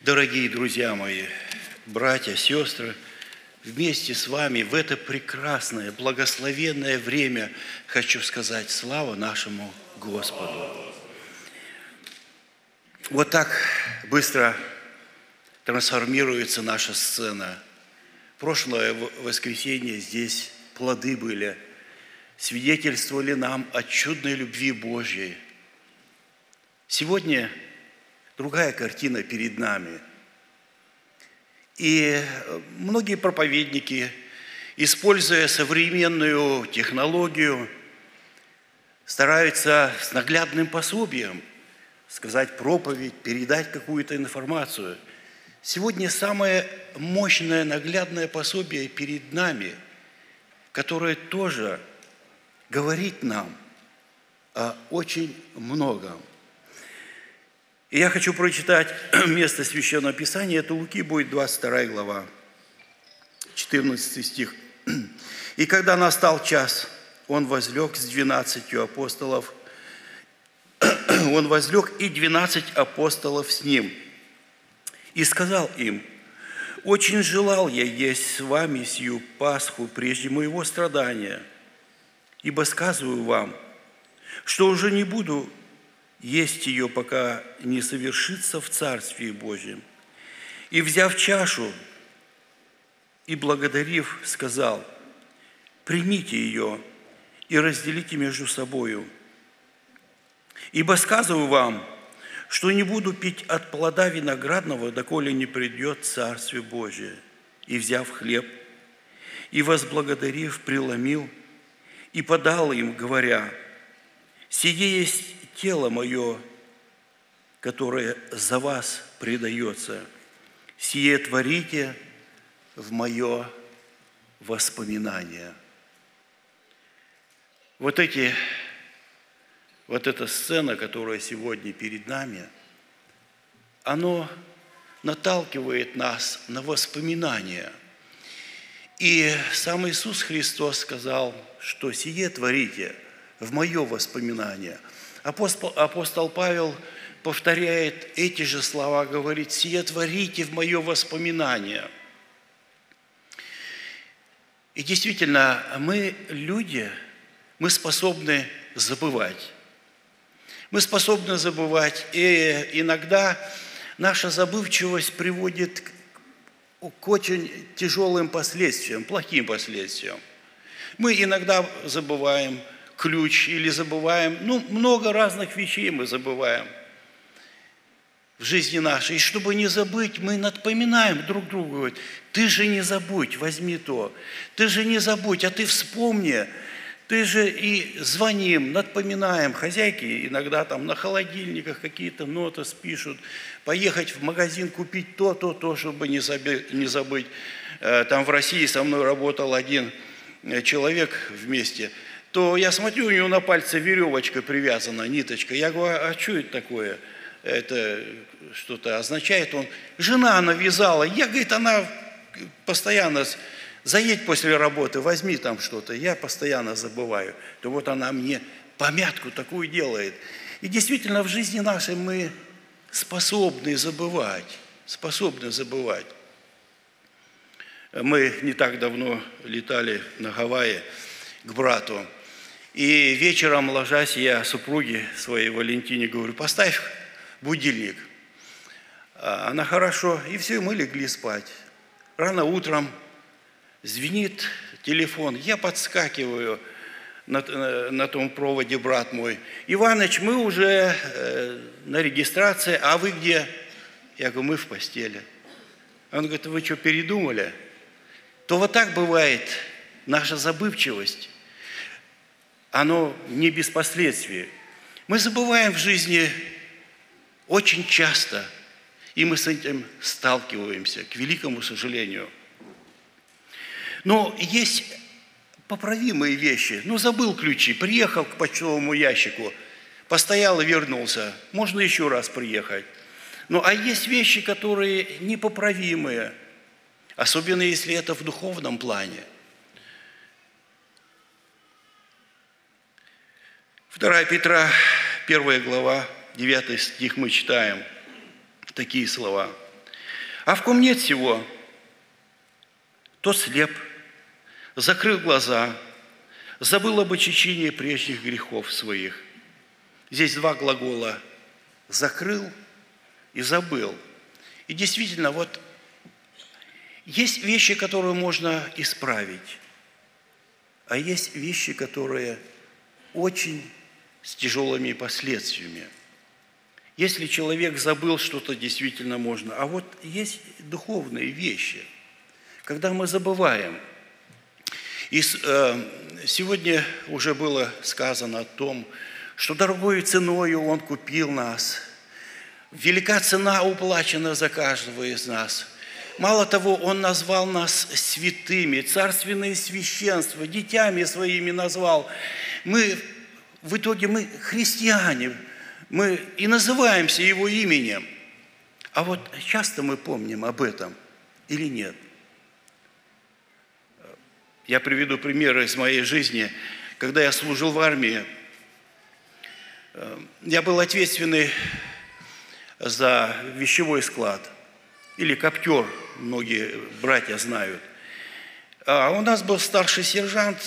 Дорогие друзья мои, братья, сестры, вместе с вами в это прекрасное, благословенное время хочу сказать слава нашему Господу. Вот так быстро трансформируется наша сцена. Прошлое воскресенье здесь плоды были, свидетельствовали нам о чудной любви Божьей. Сегодня другая картина перед нами. И многие проповедники, используя современную технологию, стараются с наглядным пособием сказать проповедь, передать какую-то информацию. Сегодня самое мощное наглядное пособие перед нами, которое тоже говорит нам о очень многом. И я хочу прочитать место Священного Писания. Это Луки будет 22 глава, 14 стих. «И когда настал час, он возлег с 12 апостолов, он возлег и 12 апостолов с ним, и сказал им: очень желал я есть с вами сию Пасху прежде моего страдания, ибо сказываю вам, что уже не буду есть ее, пока не совершится в Царствии Божьем. И, взяв чашу и благодарив, сказал: примите ее и разделите между собою. Ибо сказываю вам, что не буду пить от плода виноградного, доколе не придет Царствие Божие. И, взяв хлеб и возблагодарив, преломил и подал им, говоря: сие есть тело мое, которое за вас предается. Сие творите в мое воспоминание». Вот эта сцена, которая сегодня перед нами, она наталкивает нас на воспоминания. И сам Иисус Христос сказал, что сие творите в мое воспоминание. Апостол Павел повторяет эти же слова, говорит: сие творите в мое воспоминание. И действительно, мы люди, мы способны забывать. Мы способны забывать, и иногда наша забывчивость приводит к очень тяжелым последствиям, плохим последствиям. Мы иногда забываем ключ или забываем, много разных вещей мы забываем в жизни нашей. И чтобы не забыть, мы напоминаем друг другу, говорит: ты же не забудь, возьми то, ты же не забудь, а ты вспомни. Ты же и звоним, напоминаем. Хозяйки иногда там на холодильниках какие-то ноты спишут. Поехать в магазин, купить то, чтобы не забыть. Там в России со мной работал один человек вместе. То я смотрю, у него на пальце веревочка привязана, ниточка. Я говорю: а что это такое? Это что-то означает? Жена навязала. Я, говорит, она постоянно... Заедь после работы, возьми там что-то. Я постоянно забываю. То вот она мне помятку такую делает. И действительно, в жизни нашей мы способны забывать. Мы не так давно летали на Гавайи к брату. И вечером, ложась, я супруге своей Валентине говорю: поставь будильник. Она: хорошо. И все, мы легли спать. Рано утром звенит телефон, я подскакиваю на том проводе, брат мой: Иваныч, мы уже на регистрации, а вы где? Я говорю: мы в постели. Он говорит: вы что, передумали? То вот так бывает наша забывчивость, оно не без последствий. Мы забываем в жизни очень часто, и мы с этим сталкиваемся, к великому сожалению. Но есть поправимые вещи. Забыл ключи, приехал к почтовому ящику, постоял и вернулся. Можно еще раз приехать. А есть вещи, которые непоправимые, особенно если это в духовном плане. 2 Петра, 1 глава, 9 стих мы читаем такие слова. А в ком нет всего, тот слеп, закрыл глаза, забыл об очищении прежних грехов своих. Здесь два глагола «закрыл» и «забыл». И действительно, вот есть вещи, которые можно исправить, а есть вещи, которые очень с тяжелыми последствиями. Если человек забыл, что-то действительно можно. А вот есть духовные вещи, когда мы забываем. И сегодня уже было сказано о том, что дорогою ценою Он купил нас. Велика цена уплачена за каждого из нас. Мало того, Он назвал нас святыми, царственное священство, дитями своими назвал. В итоге мы христиане, мы и называемся Его именем. А вот часто мы помним об этом или нет? Я приведу примеры из моей жизни. Когда я служил в армии, я был ответственный за вещевой склад, или коптер, многие братья знают. А у нас был старший сержант,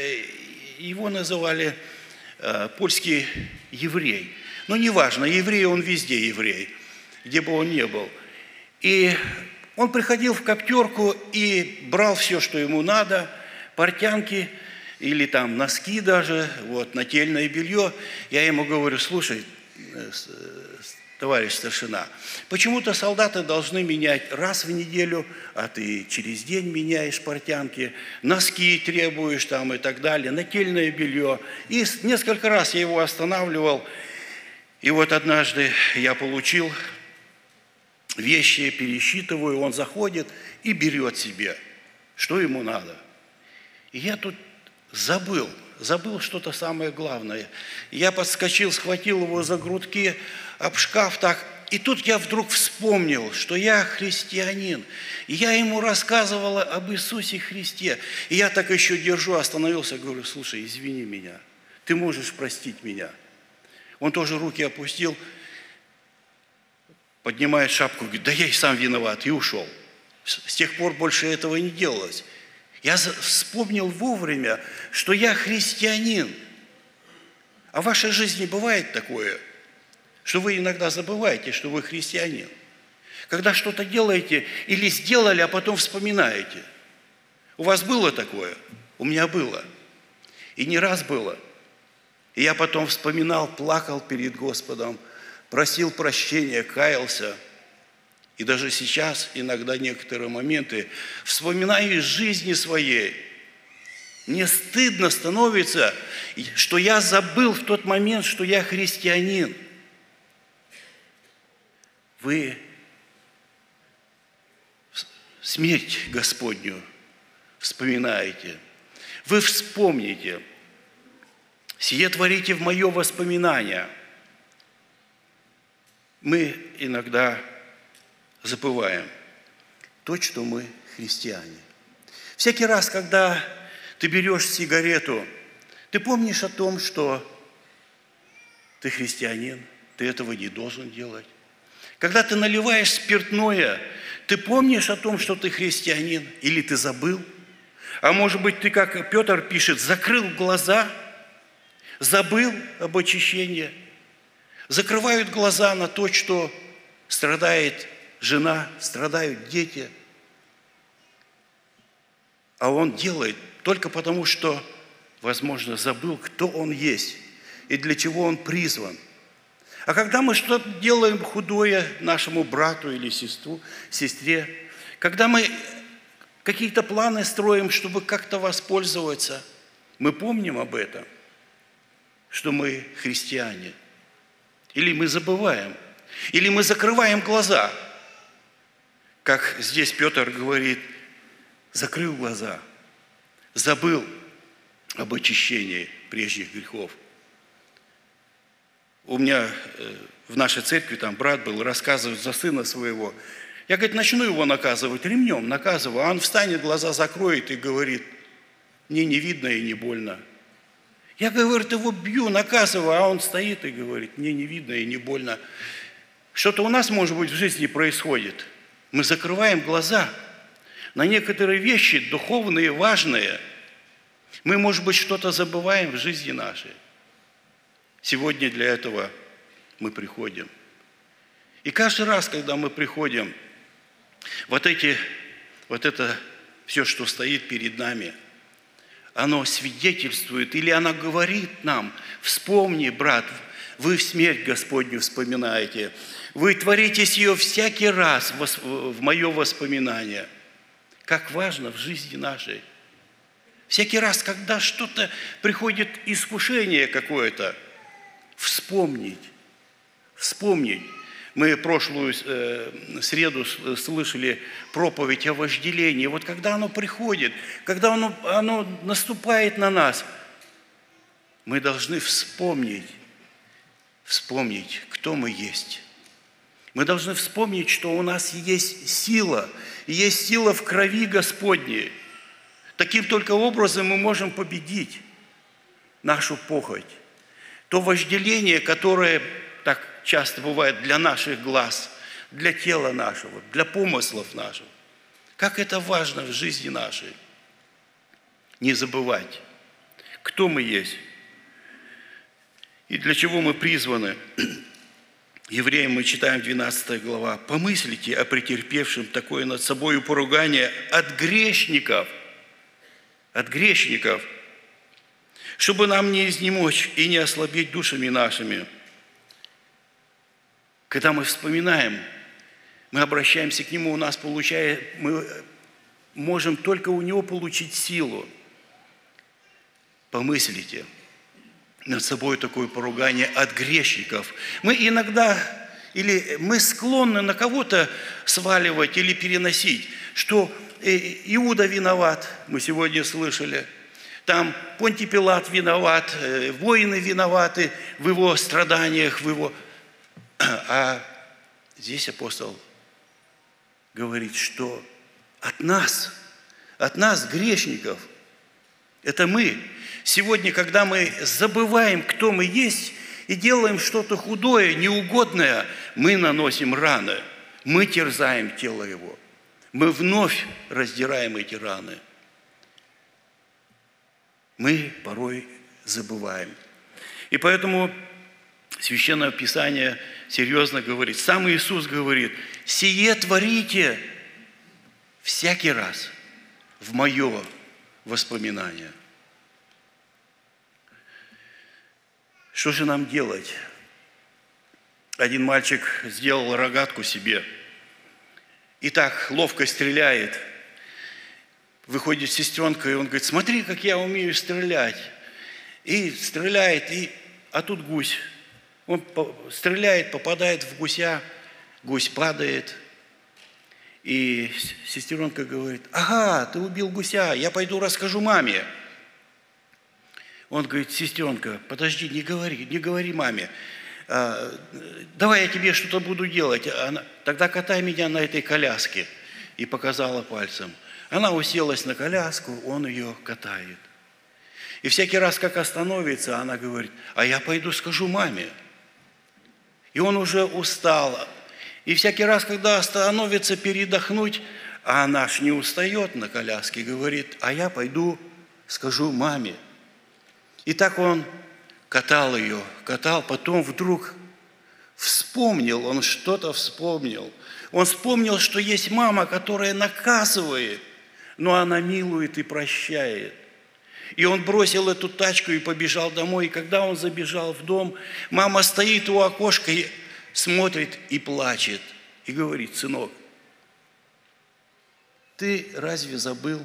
его называли польский еврей. Но неважно, еврей он везде еврей, где бы он ни был. И он приходил в коптерку и брал все, что ему надо, портянки или там носки даже, вот, нательное белье. Я ему говорю: слушай, товарищ старшина, почему-то солдаты должны менять раз в неделю, а ты через день меняешь портянки, носки требуешь там и так далее, нательное белье. И несколько раз я его останавливал. И вот однажды я получил вещи, пересчитываю, он заходит и берет себе, что ему надо. И я тут забыл что-то самое главное. Я подскочил, схватил его за грудки, об шкаф так. И тут я вдруг вспомнил, что я христианин. И я ему рассказывала об Иисусе Христе. И я так еще держу, остановился, говорю: слушай, извини меня, ты можешь простить меня. Он тоже руки опустил, поднимает шапку, говорит: да я и сам виноват, и ушел. С тех пор больше этого не делалось. Я вспомнил вовремя, что я христианин. А в вашей жизни бывает такое, что вы иногда забываете, что вы христианин. Когда что-то делаете или сделали, а потом вспоминаете. У вас было такое? У меня было. И не раз было. И я потом вспоминал, плакал перед Господом, просил прощения, каялся. И даже сейчас иногда некоторые моменты вспоминаю из жизни своей. Мне стыдно становится, что я забыл в тот момент, что я христианин. Вы смерть Господню вспоминаете. Вы вспомните. Сие творите в мое воспоминание. Мы иногда забываем то, что мы христиане. Всякий раз, когда ты берешь сигарету, ты помнишь о том, что ты христианин, ты этого не должен делать. Когда ты наливаешь спиртное, ты помнишь о том, что ты христианин, или ты забыл? А может быть, ты, как Петр пишет, закрыл глаза, забыл об очищении, закрывают глаза на то, что страдает жена, страдают дети. А он делает только потому, что, возможно, забыл, кто он есть и для чего он призван. А когда мы что-то делаем худое нашему брату или сестре, когда мы какие-то планы строим, чтобы как-то воспользоваться, мы помним об этом, что мы христиане. Или мы забываем, или мы закрываем глаза. Как здесь Петр говорит, закрыл глаза, забыл об очищении прежних грехов. У меня в нашей церкви там брат был, рассказывает за сына своего. Я, говорит, начну его наказывать, ремнем наказываю. А он встанет, глаза закроет и говорит: мне не видно и не больно. Я, говорит, его бью, наказываю, а он стоит и говорит: мне не видно и не больно. Что-то у нас, может быть, в жизни происходит. Мы закрываем глаза на некоторые вещи, духовные, важные. Мы, может быть, что-то забываем в жизни нашей. Сегодня для этого мы приходим. И каждый раз, когда мы приходим, вот это все, что стоит перед нами, оно свидетельствует, или оно говорит нам: вспомни, брат, вы смерть Господню вспоминаете, вы творитесь ее всякий раз в мое воспоминание. Как важно в жизни нашей. Всякий раз, когда что-то приходит, искушение какое-то, вспомнить. Мы прошлую среду слышали проповедь о вожделении. Вот когда оно приходит, когда оно наступает на нас, мы должны вспомнить, кто мы есть. Мы должны вспомнить, что у нас есть сила в крови Господней. Таким только образом мы можем победить нашу похоть. То вожделение, которое так часто бывает для наших глаз, для тела нашего, для помыслов наших. Как это важно в жизни нашей. Не забывать, кто мы есть и для чего мы призваны. Евреям мы читаем 12 глава. «Помыслите о претерпевшем такое над собою поругание от грешников, чтобы нам не изнемочь и не ослабеть душами нашими». Когда мы вспоминаем, мы обращаемся к Нему, мы можем только у Него получить силу. Помыслите над собой такое поругание от грешников. Мы иногда, или мы склонны на кого-то сваливать или переносить, что Иуда виноват, мы сегодня слышали, там Понтий Пилат виноват, воины виноваты в его страданиях, А здесь апостол говорит, что от нас, грешников, это мы. Сегодня, когда мы забываем, кто мы есть, и делаем что-то худое, неугодное, мы наносим раны, мы терзаем тело его, мы вновь раздираем эти раны. Мы порой забываем. И поэтому Священное Писание серьезно говорит, сам Иисус говорит: «Сие творите всякий раз в мое воспоминание». Что же нам делать? Один мальчик сделал рогатку себе и так ловко стреляет. Выходит сестренка, и он говорит: смотри, как я умею стрелять. И стреляет, а тут гусь. Он стреляет, попадает в гуся, гусь падает. И сестренка говорит: ага, ты убил гуся, я пойду расскажу маме. Он говорит: сестренка, подожди, не говори маме. Давай я тебе что-то буду делать. Тогда катай меня на этой коляске. И показала пальцем. Она уселась на коляску, он ее катает. И всякий раз, как остановится, она говорит: а я пойду скажу маме. И он уже устал. И всякий раз, когда остановится передохнуть, а она ж не устает на коляске, говорит: а я пойду скажу маме. И так он катал ее, потом вдруг он что-то вспомнил. Он вспомнил, что есть мама, которая наказывает, но она милует и прощает. И он бросил эту тачку и побежал домой. И когда он забежал в дом, мама стоит у окошка и смотрит и плачет. И говорит: сынок, ты разве забыл?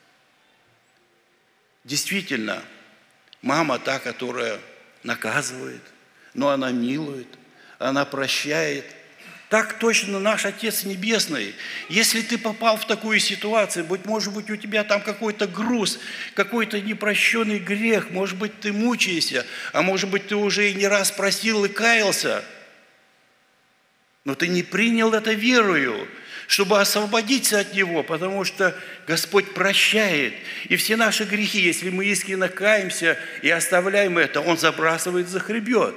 Действительно, мама та, которая наказывает, но она милует, она прощает. Так точно наш Отец Небесный. Если ты попал в такую ситуацию, может быть, у тебя там какой-то груз, какой-то непрощенный грех, может быть, ты мучаешься, а может быть, ты уже и не раз просил и каялся, но ты не принял это верою, чтобы освободиться от него, потому что Господь прощает. И все наши грехи, если мы искренне каемся и оставляем это, Он забрасывает, захребет.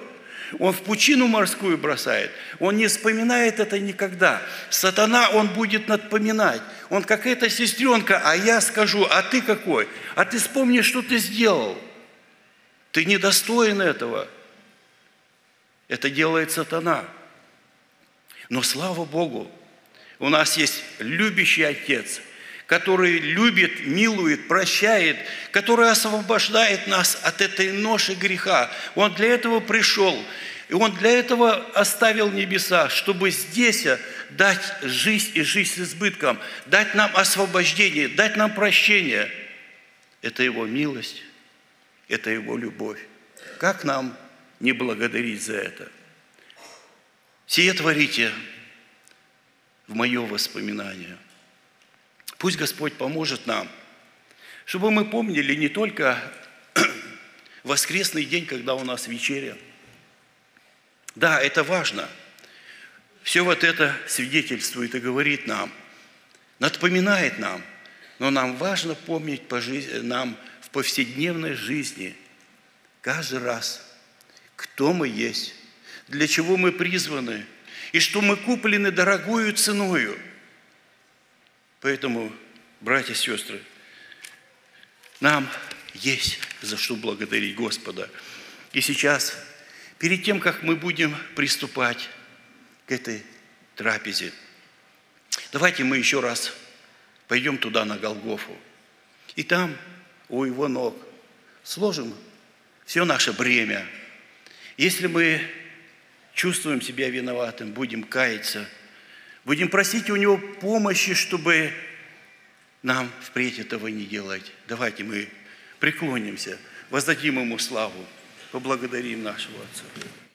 Он в пучину морскую бросает. Он не вспоминает это никогда. Сатана, он будет напоминать. Он как эта сестренка, а я скажу, а ты какой? А ты вспомни, что ты сделал. Ты недостоин этого. Это делает сатана. Но слава Богу, у нас есть любящий Отец, который любит, милует, прощает, который освобождает нас от этой ноши греха. Он для этого пришел, и Он для этого оставил небеса, чтобы здесь дать жизнь и жизнь с избытком, дать нам освобождение, дать нам прощение. Это Его милость, это Его любовь. Как нам не благодарить за это? Сие творите в мое воспоминание. Пусть Господь поможет нам, чтобы мы помнили не только воскресный день, когда у нас вечеря. Да, это важно. Все вот это свидетельствует и говорит нам, напоминает нам. Но нам важно помнить нам в повседневной жизни каждый раз, кто мы есть, для чего мы призваны, и что мы куплены дорогою ценою. Поэтому, братья и сестры, нам есть за что благодарить Господа. И сейчас, перед тем, как мы будем приступать к этой трапезе, давайте мы еще раз пойдем туда, на Голгофу. И там, у Его ног, сложим все наше бремя. Если мы чувствуем себя виноватым, будем каяться, будем просить у Него помощи, чтобы нам впредь этого не делать. Давайте мы преклонимся, воздадим Ему славу, поблагодарим нашего Отца.